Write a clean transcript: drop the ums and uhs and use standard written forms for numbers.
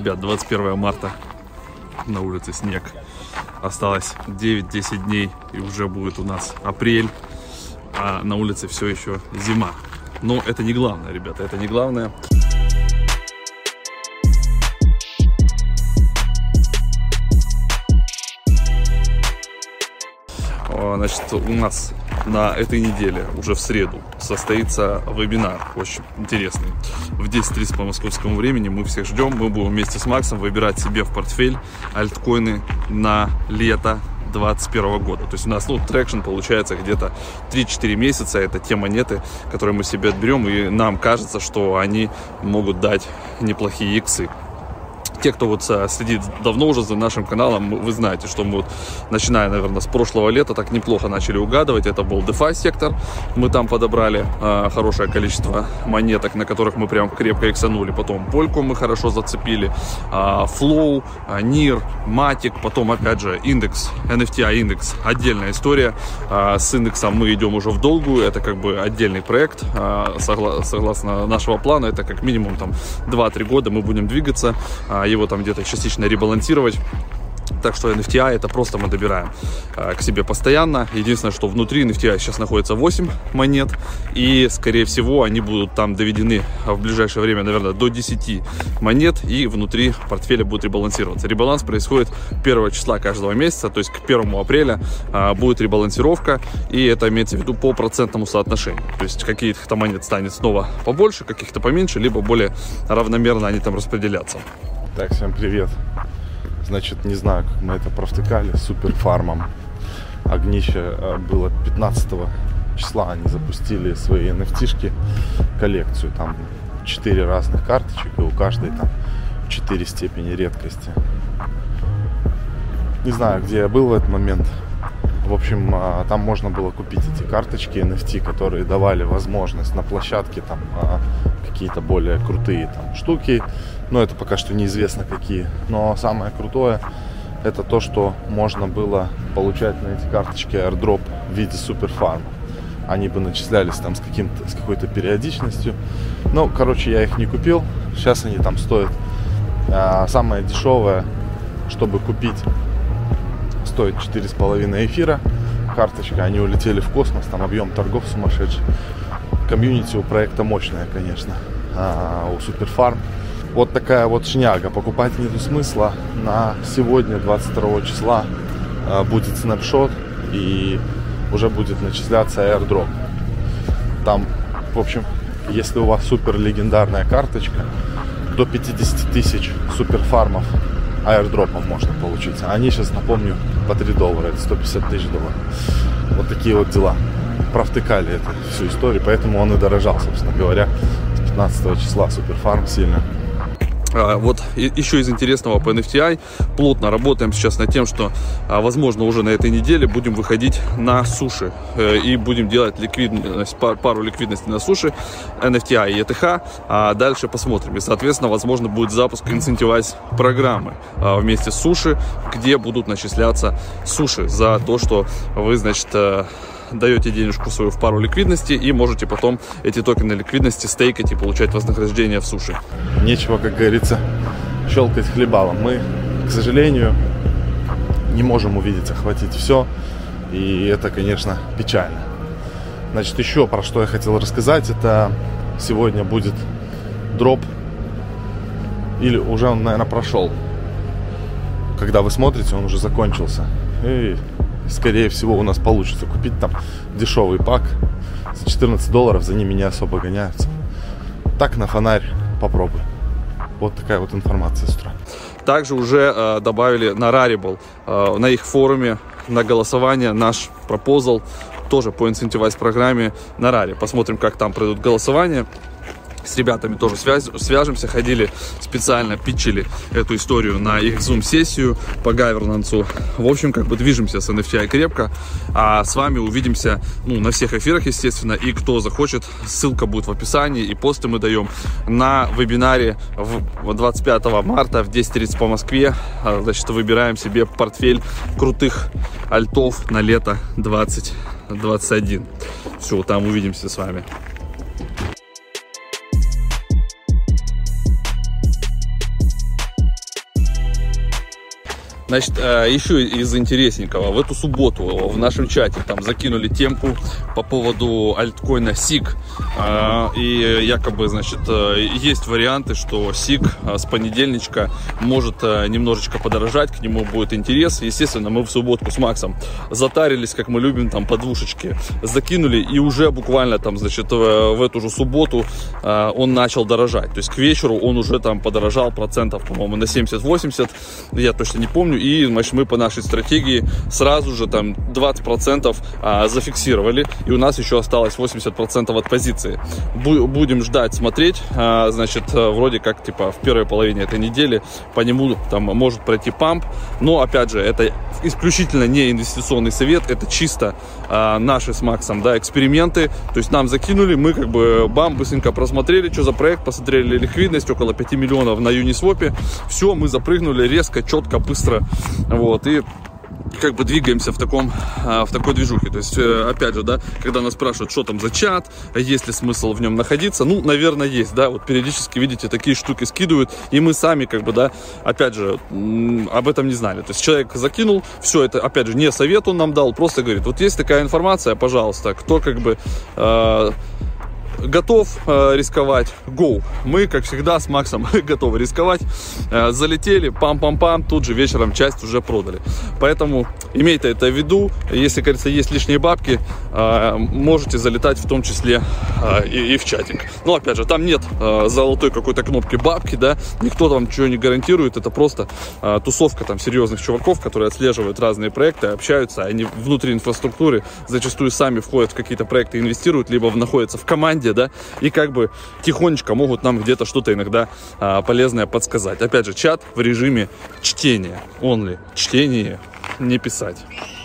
ребят, 21 марта, на улице снег. Осталось 9-10 дней и уже будет у нас апрель, а на улице все еще зима. Но это не главное, ребята, это не главное. Значит, у нас на этой неделе, уже в среду, состоится вебинар очень интересный. В 10:30 по московскому времени мы всех ждем. Мы будем вместе с Максом выбирать себе в портфель альткоины на лето 2021 года. То есть у нас, трекшн получается где-то 3-4 месяца. Это те монеты, которые мы себе отберем, и нам кажется, что они могут дать неплохие иксы. Те, кто следит давно уже за нашим каналом, вы знаете, что мы начиная, наверное, с прошлого лета так неплохо начали угадывать. Это был DeFi сектор. Мы там подобрали хорошее количество монеток, на которых мы прям крепко иксанули. Потом Польку мы хорошо зацепили. Flow, NIR, Matic. Потом, опять же, индекс, NFTI индекс. Отдельная история. С индексом мы идем уже в долгую. Это как бы отдельный проект. Согласно нашего плана, это как минимум 2-3 года мы будем двигаться. Его там где-то частично ребалансировать. Так что NFTI это просто мы добираем к себе постоянно. Единственное, что внутри NFTI сейчас находится 8 монет. И, скорее всего, они будут там доведены в ближайшее время, наверное, до 10 монет. И внутри портфеля будет ребалансироваться. Ребаланс происходит 1 числа каждого месяца. То есть к 1 апреля будет ребалансировка. И это имеется в виду по процентному соотношению. То есть каких-то монет станет снова побольше, каких-то поменьше, либо более равномерно они там распределятся. Так, всем привет. Значит, не знаю, как мы это провтыкали с суперфармом. Огнище было 15 числа, они запустили свои NFT-шки, коллекцию. Там 4 разных карточек, и у каждой там 4 степени редкости. Не знаю, где я был в этот момент. В общем, там можно было купить эти карточки NFT, которые давали возможность на площадке там какие-то более крутые штуки. Но это пока что неизвестно какие. Но самое крутое это то, что можно было получать на эти карточки airdrop в виде суперфарма. Они бы начислялись там с какой-то периодичностью. Ну, короче, я их не купил. Сейчас они там стоят. Самое дешевое, чтобы купить, стоит 4,5 эфира. Карточка, они улетели в космос. Там объем торгов сумасшедший. Комьюнити у проекта мощная, конечно. У суперфарм. Вот такая вот шняга. Покупать нету смысла. На сегодня, 22 числа, будет снапшот и уже будет начисляться airdrop. Там, в общем, если у вас супер легендарная карточка, до 50 тысяч суперфармов airdropом можно получить. А они сейчас, напомню, по $3. Это 150 тысяч долларов. Вот такие вот дела. Провтыкали эту всю историю, поэтому он и дорожал, собственно говоря, с 15 числа суперфарм сильно. Вот еще из интересного по NFTI. Плотно работаем сейчас над тем, что, возможно, уже на этой неделе будем выходить на суши. И будем делать пару ликвидностей на суши, NFTI и ETH. А дальше посмотрим. И, соответственно, возможно, будет запуск Incentivize программы вместе с суши, где будут начисляться суши за то, что вы, значит, даете денежку свою в пару ликвидности и можете потом эти токены ликвидности стейкать и получать вознаграждение в суши. Нечего, как говорится, щелкать хлебалом. Мы, к сожалению, не можем увидеть, охватить все. И это, конечно, печально. Значит, еще про что я хотел рассказать. Это сегодня будет дроп. Или уже он, наверное, прошел. Когда вы смотрите, он уже закончился. И скорее всего у нас получится купить там дешевый пак за $14, за ними не особо гоняются. Так на фонарь попробуй. Вот такая вот информация с утра. Также уже добавили на Rarible, на их форуме, на голосование наш пропозал тоже по Incentivize программе на Rari. Посмотрим, как там пройдут голосования. С ребятами тоже свяжемся, ходили специально, питчили эту историю на их Zoom-сессию по гавернансу. В общем, как бы движемся с NFTI крепко. А с вами увидимся на всех эфирах, естественно. И кто захочет, ссылка будет в описании. И посты мы даем на вебинаре 25 марта в 10:30 по Москве. Значит, выбираем себе портфель крутых альтов на лето 2021. Все, там увидимся с вами. Значит, еще из интересненького. В эту субботу в нашем чате там закинули темку по поводу альткоина SIG. И якобы, значит, есть варианты, что SIG с понедельничка может немножечко подорожать, к нему будет интерес. Естественно, мы в субботку с Максом затарились, как мы любим, там по двушечке. Закинули, и уже буквально там, значит, в эту же субботу он начал дорожать. То есть к вечеру он уже там подорожал процентов, по-моему, на 70-80. Я точно не помню. И, значит, мы по нашей стратегии сразу же там 20% зафиксировали, и у нас еще осталось 80% от позиции. Будем ждать, смотреть. Значит, вроде как, типа, в первой половине этой недели по нему там может пройти памп, но, опять же, это исключительно не инвестиционный совет, это чисто наши с Максом, да, эксперименты. То есть нам закинули, мы как бы быстренько просмотрели, что за проект, посмотрели ликвидность, около 5 миллионов на Uniswap. Все, мы запрыгнули резко, четко, быстро. Вот, и как бы двигаемся в такой движухе. То есть, опять же, да, когда нас спрашивают, что там за чат, есть ли смысл в нем находиться, ну, наверное, есть, да, вот периодически, видите, такие штуки скидывают, и мы сами, как бы, да, опять же, об этом не знали. То есть, человек закинул, все это, опять же, не совет он нам дал, просто говорит, вот есть такая информация, пожалуйста, кто, как бы, готов рисковать, go. Мы, как всегда, с Максом готовы рисковать. Залетели, пам-пам-пам, тут же вечером часть уже продали. Поэтому имейте это в виду. Если, кажется, есть лишние бабки, можете залетать в том числе и в чатик. Но, опять же, там нет золотой какой-то кнопки бабки, да, никто вам ничего не гарантирует. Это просто тусовка там серьезных чуваков, которые отслеживают разные проекты, общаются. Они внутри инфраструктуры зачастую сами входят в какие-то проекты, инвестируют, либо находятся в команде, да, и как бы тихонечко могут нам где-то что-то иногда полезное подсказать. Опять же, чат в режиме чтения, only чтение, не писать.